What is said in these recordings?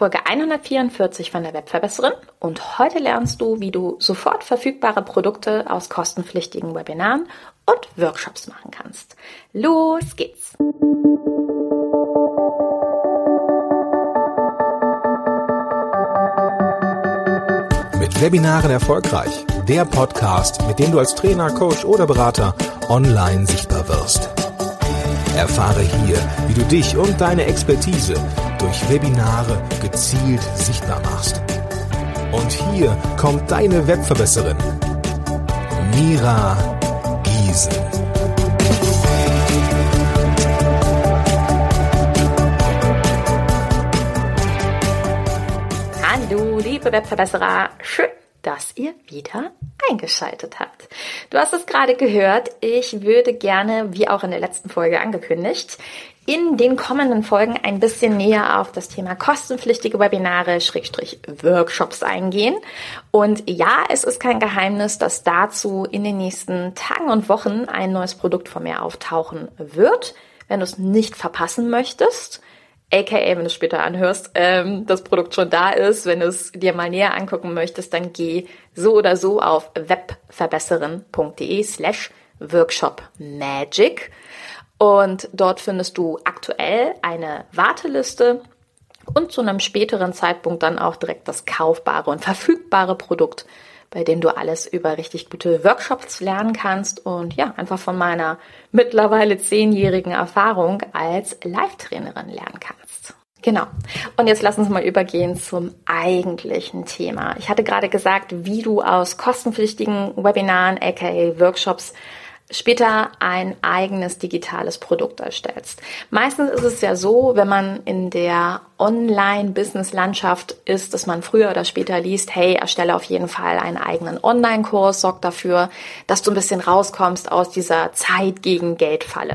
Folge 144 von der Webverbesserin und heute lernst du, wie du sofort verfügbare Produkte aus kostenpflichtigen Webinaren und Workshops machen kannst. Los geht's! Mit Webinaren erfolgreich. Der Podcast, mit dem du als Trainer, Coach oder Berater online sichtbar wirst. Erfahre hier, wie du dich und deine Expertise durch Webinare gezielt sichtbar machst. Und hier kommt deine Webverbesserin, Mira Giesen. Hallo, liebe Webverbesserer, schön, dass ihr wieder eingeschaltet habt. Du hast es gerade gehört, ich würde gerne, wie auch in der letzten Folge angekündigt, in den kommenden Folgen ein bisschen näher auf das Thema kostenpflichtige Webinare / Workshops eingehen. Und ja, es ist kein Geheimnis, dass dazu in den nächsten Tagen und Wochen ein neues Produkt von mir auftauchen wird. Wenn du es nicht verpassen möchtest, aka, wenn du es später anhörst, das Produkt schon da ist, wenn du es dir mal näher angucken möchtest, dann geh so oder so auf webverbesserin.de/workshopmagic und dort findest du aktuell eine Warteliste und zu einem späteren Zeitpunkt dann auch direkt das kaufbare und verfügbare Produkt, bei dem du alles über richtig gute Workshops lernen kannst und ja, einfach von meiner mittlerweile 10-jährigen Erfahrung als Live-Trainerin lernen kannst. Genau. Und jetzt lass uns mal übergehen zum eigentlichen Thema. Ich hatte gerade gesagt, wie du aus kostenpflichtigen Webinaren, aka Workshops, später ein eigenes digitales Produkt erstellst. Meistens ist es ja so, wenn man in der Online-Business-Landschaft ist, dass man früher oder später liest, hey, erstelle auf jeden Fall einen eigenen Online-Kurs, sorg dafür, dass du ein bisschen rauskommst aus dieser Zeit gegen Geld-Falle.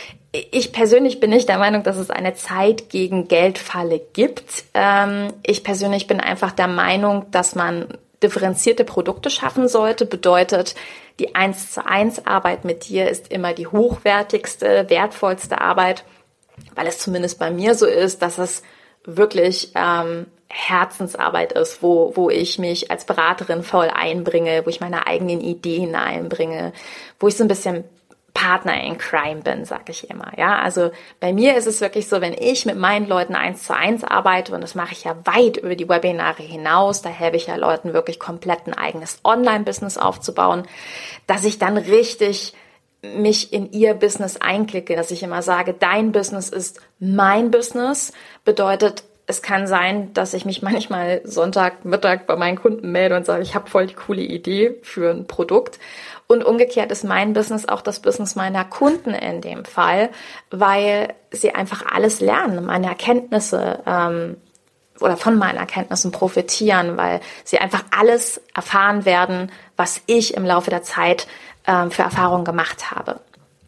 Ich persönlich bin nicht der Meinung, dass es eine Zeit gegen Geld-Falle gibt. Ich persönlich bin einfach der Meinung, dass man differenzierte Produkte schaffen sollte, bedeutet, die 1:1 Arbeit mit dir ist immer die hochwertigste, wertvollste Arbeit, weil es zumindest bei mir so ist, dass es wirklich Herzensarbeit ist, wo ich mich als Beraterin voll einbringe, wo ich meine eigenen Ideen einbringe, wo ich so ein bisschen Partner in Crime bin, sage ich immer. Ja, also bei mir ist es wirklich so, wenn ich mit meinen Leuten 1:1 arbeite, und das mache ich ja weit über die Webinare hinaus, da helfe ich ja Leuten wirklich komplett ein eigenes Online-Business aufzubauen, dass ich dann richtig mich in ihr Business einklicke, dass ich immer sage, dein Business ist mein Business, bedeutet, es kann sein, dass ich mich manchmal Sonntagmittag bei meinen Kunden melde und sage, ich habe voll die coole Idee für ein Produkt. Und umgekehrt ist mein Business auch das Business meiner Kunden in dem Fall, weil sie einfach alles lernen, meine Erkenntnisse oder von meinen Erkenntnissen profitieren, weil sie einfach alles erfahren werden, was ich im Laufe der Zeit für Erfahrungen gemacht habe.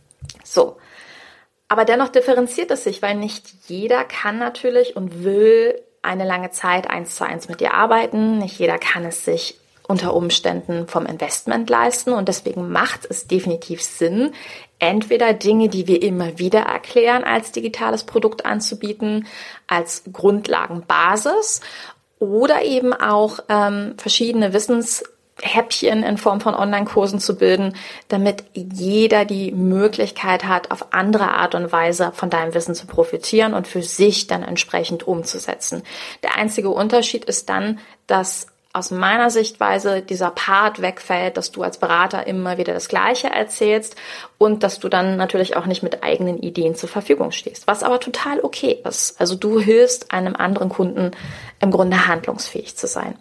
So. Aber dennoch differenziert es sich, weil nicht jeder kann natürlich und will eine lange Zeit 1:1 mit dir arbeiten. Nicht jeder kann es sich unter Umständen vom Investment leisten und deswegen macht es definitiv Sinn, entweder Dinge, die wir immer wieder erklären, als digitales Produkt anzubieten, als Grundlagenbasis oder eben auch verschiedene Wissenshäppchen in Form von Online-Kursen zu bilden, damit jeder die Möglichkeit hat, auf andere Art und Weise von deinem Wissen zu profitieren und für sich dann entsprechend umzusetzen. Der einzige Unterschied ist dann, dass aus meiner Sichtweise dieser Part wegfällt, dass du als Berater immer wieder das Gleiche erzählst und dass du dann natürlich auch nicht mit eigenen Ideen zur Verfügung stehst, was aber total okay ist. Also du hilfst einem anderen Kunden im Grunde handlungsfähig zu sein.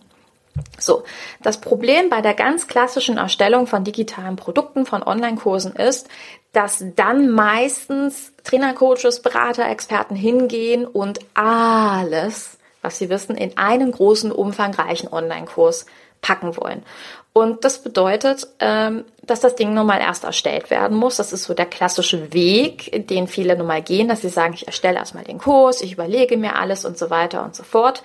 So, das Problem bei der ganz klassischen Erstellung von digitalen Produkten, von Online-Kursen ist, dass dann meistens Trainer, Coaches, Berater, Experten hingehen und alles, was sie wissen, in einen großen, umfangreichen Online-Kurs packen wollen. Und das bedeutet, dass das Ding nun mal erst erstellt werden muss. Das ist so der klassische Weg, den viele nun mal gehen, dass sie sagen, ich erstelle erstmal den Kurs, ich überlege mir alles und so weiter und so fort.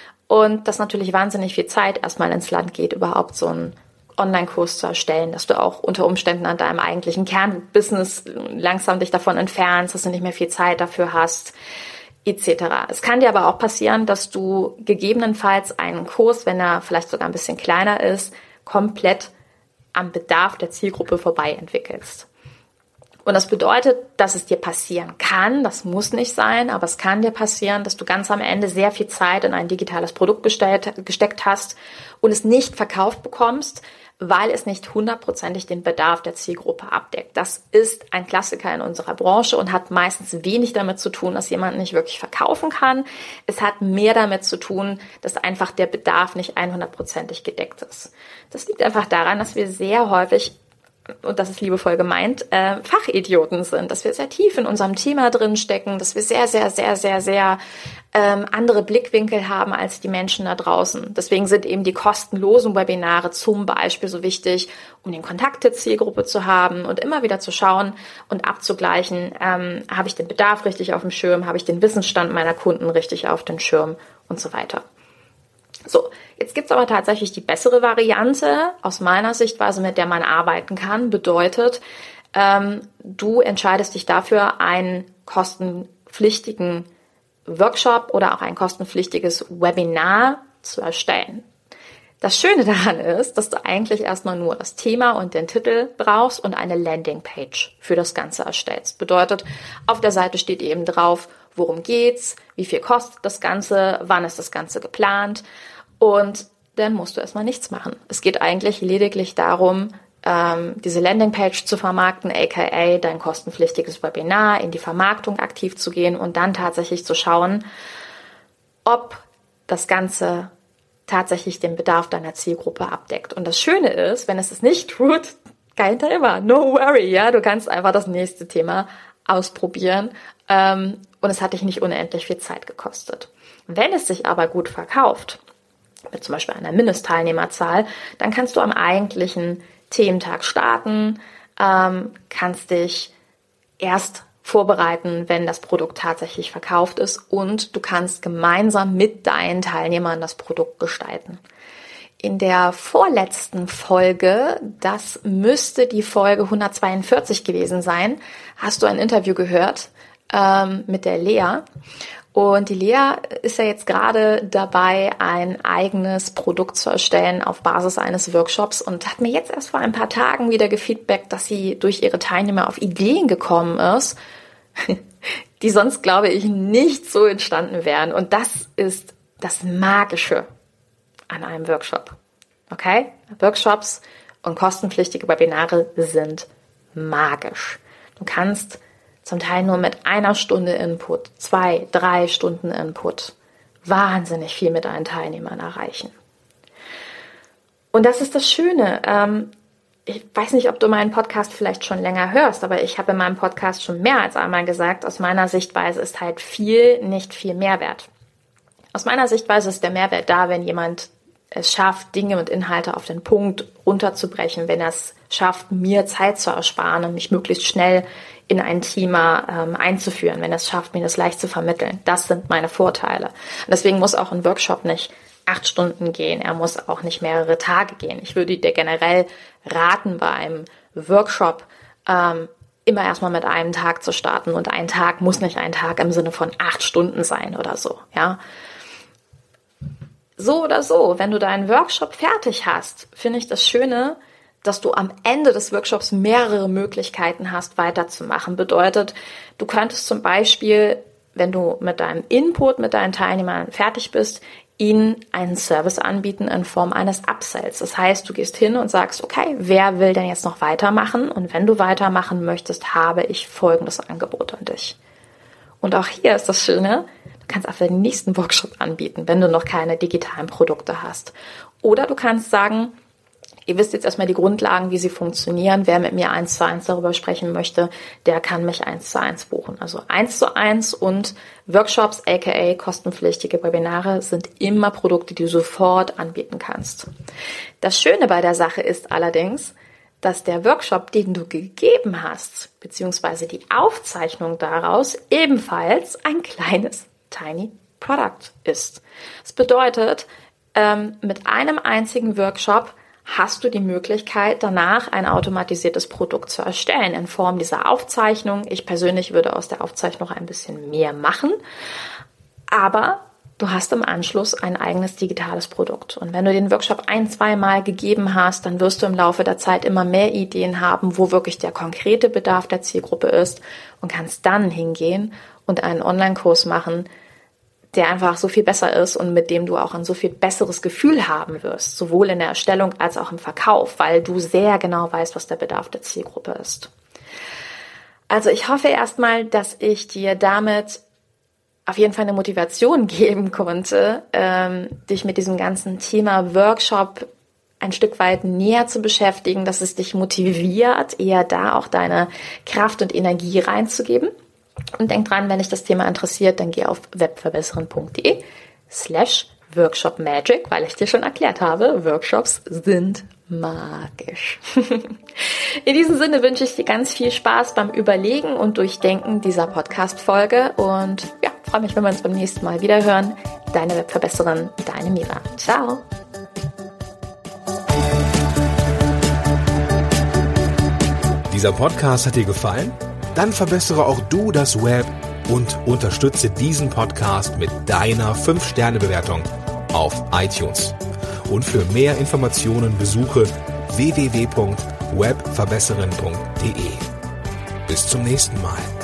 Und dass natürlich wahnsinnig viel Zeit erstmal ins Land geht, überhaupt so einen Online-Kurs zu erstellen, dass du auch unter Umständen an deinem eigentlichen Kernbusiness langsam dich davon entfernst, dass du nicht mehr viel Zeit dafür hast. etc. Es kann dir aber auch passieren, dass du gegebenenfalls einen Kurs, wenn er vielleicht sogar ein bisschen kleiner ist, komplett am Bedarf der Zielgruppe vorbei entwickelst. Und das bedeutet, dass es dir passieren kann, das muss nicht sein, aber es kann dir passieren, dass du ganz am Ende sehr viel Zeit in ein digitales Produkt gesteckt hast und es nicht verkauft bekommst, weil es nicht 100%ig den Bedarf der Zielgruppe abdeckt. Das ist ein Klassiker in unserer Branche und hat meistens wenig damit zu tun, dass jemand nicht wirklich verkaufen kann. Es hat mehr damit zu tun, dass einfach der Bedarf nicht 100%ig gedeckt ist. Das liegt einfach daran, dass wir sehr häufig, und das ist liebevoll gemeint, Fachidioten sind, dass wir sehr tief in unserem Thema drin stecken, dass wir sehr andere Blickwinkel haben als die Menschen da draußen. Deswegen sind eben die kostenlosen Webinare zum Beispiel so wichtig, um den Kontakt zur Zielgruppe zu haben und immer wieder zu schauen und abzugleichen, habe ich den Bedarf richtig auf dem Schirm, habe ich den Wissensstand meiner Kunden richtig auf dem Schirm und so weiter. So, jetzt gibt's aber tatsächlich die bessere Variante, aus meiner Sichtweise, mit der man arbeiten kann. Bedeutet, du entscheidest dich dafür, einen kostenpflichtigen Workshop oder auch ein kostenpflichtiges Webinar zu erstellen. Das Schöne daran ist, dass du eigentlich erstmal nur das Thema und den Titel brauchst und eine Landingpage für das Ganze erstellst. Bedeutet, auf der Seite steht eben drauf, worum geht's, wie viel kostet das Ganze, wann ist das Ganze geplant. Und dann musst du erstmal nichts machen. Es geht eigentlich lediglich darum, diese Landingpage zu vermarkten, aka dein kostenpflichtiges Webinar, in die Vermarktung aktiv zu gehen und dann tatsächlich zu schauen, ob das Ganze tatsächlich den Bedarf deiner Zielgruppe abdeckt. Und das Schöne ist, wenn es es nicht tut, kein Thema, no worry, ja, du kannst einfach das nächste Thema ausprobieren und es hat dich nicht unendlich viel Zeit gekostet. Wenn es sich aber gut verkauft, mit zum Beispiel einer Mindestteilnehmerzahl, dann kannst du am eigentlichen Thementag starten, kannst dich erst vorbereiten, wenn das Produkt tatsächlich verkauft ist und du kannst gemeinsam mit deinen Teilnehmern das Produkt gestalten. In der vorletzten Folge, das müsste die Folge 142 gewesen sein, hast du ein Interview gehört mit der Lea. Und die Lea ist ja jetzt gerade dabei, ein eigenes Produkt zu erstellen auf Basis eines Workshops und hat mir jetzt erst vor ein paar Tagen wieder gefeedbackt, dass sie durch ihre Teilnehmer auf Ideen gekommen ist, die sonst, glaube ich, nicht so entstanden wären. Und das ist das Magische an einem Workshop. Okay? Workshops und kostenpflichtige Webinare sind magisch. Du kannst zum Teil nur mit 1 Stunde Input, 2, 3 Stunden Input wahnsinnig viel mit deinen Teilnehmern erreichen. Und das ist das Schöne. Ich weiß nicht, ob du meinen Podcast vielleicht schon länger hörst, aber ich habe in meinem Podcast schon mehr als einmal gesagt, aus meiner Sichtweise ist halt viel nicht viel Mehrwert. Aus meiner Sichtweise ist der Mehrwert da, wenn jemand es schafft, Dinge und Inhalte auf den Punkt runterzubrechen, wenn er es schafft, mir Zeit zu ersparen und mich möglichst schnell in ein Thema einzuführen, wenn er es schafft, mir das leicht zu vermitteln. Das sind meine Vorteile. Und deswegen muss auch ein Workshop nicht 8 Stunden gehen, er muss auch nicht mehrere Tage gehen. Ich würde dir generell raten, bei einem Workshop immer erstmal mit einem Tag zu starten und ein Tag muss nicht ein Tag im Sinne von 8 Stunden sein oder so, ja. So oder so, wenn du deinen Workshop fertig hast, finde ich das Schöne, dass du am Ende des Workshops mehrere Möglichkeiten hast, weiterzumachen. Bedeutet, du könntest zum Beispiel, wenn du mit deinem Input, mit deinen Teilnehmern fertig bist, ihnen einen Service anbieten in Form eines Upsells. Das heißt, du gehst hin und sagst, okay, wer will denn jetzt noch weitermachen? Und wenn du weitermachen möchtest, habe ich folgendes Angebot an dich. Und auch hier ist das Schöne, du kannst einfach den nächsten Workshop anbieten, wenn du noch keine digitalen Produkte hast. Oder du kannst sagen, ihr wisst jetzt erstmal die Grundlagen, wie sie funktionieren. Wer mit mir 1:1 darüber sprechen möchte, der kann mich 1:1 buchen. Also 1:1 und Workshops, aka kostenpflichtige Webinare, sind immer Produkte, die du sofort anbieten kannst. Das Schöne bei der Sache ist allerdings, dass der Workshop, den du gegeben hast, beziehungsweise die Aufzeichnung daraus, ebenfalls ein kleines Tiny Product ist. Das bedeutet, mit einem einzigen Workshop hast du die Möglichkeit, danach ein automatisiertes Produkt zu erstellen in Form dieser Aufzeichnung. Ich persönlich würde aus der Aufzeichnung ein bisschen mehr machen, Aber du hast im Anschluss ein eigenes digitales Produkt. Und wenn du den Workshop 1-2 Mal gegeben hast, dann wirst du im Laufe der Zeit immer mehr Ideen haben, wo wirklich der konkrete Bedarf der Zielgruppe ist und kannst dann hingehen und einen Online-Kurs machen, der einfach so viel besser ist und mit dem du auch ein so viel besseres Gefühl haben wirst, sowohl in der Erstellung als auch im Verkauf, weil du sehr genau weißt, was der Bedarf der Zielgruppe ist. Also ich hoffe erstmal, dass ich dir damit auf jeden Fall eine Motivation geben konnte, dich mit diesem ganzen Thema Workshop ein Stück weit näher zu beschäftigen, dass es dich motiviert, eher da auch deine Kraft und Energie reinzugeben. Und denk dran, wenn dich das Thema interessiert, dann geh auf webverbessern.de/workshopmagic, weil ich dir schon erklärt habe, Workshops sind magisch. In diesem Sinne wünsche ich dir ganz viel Spaß beim Überlegen und Durchdenken dieser Podcast-Folge und ja, freue mich, wenn wir uns beim nächsten Mal wieder hören. Deine Webverbesserin, deine Mira. Ciao. Dieser Podcast hat dir gefallen? Dann verbessere auch du das Web und unterstütze diesen Podcast mit deiner 5-Sterne-Bewertung auf iTunes. Und für mehr Informationen besuche www.webverbesserin.de. Bis zum nächsten Mal.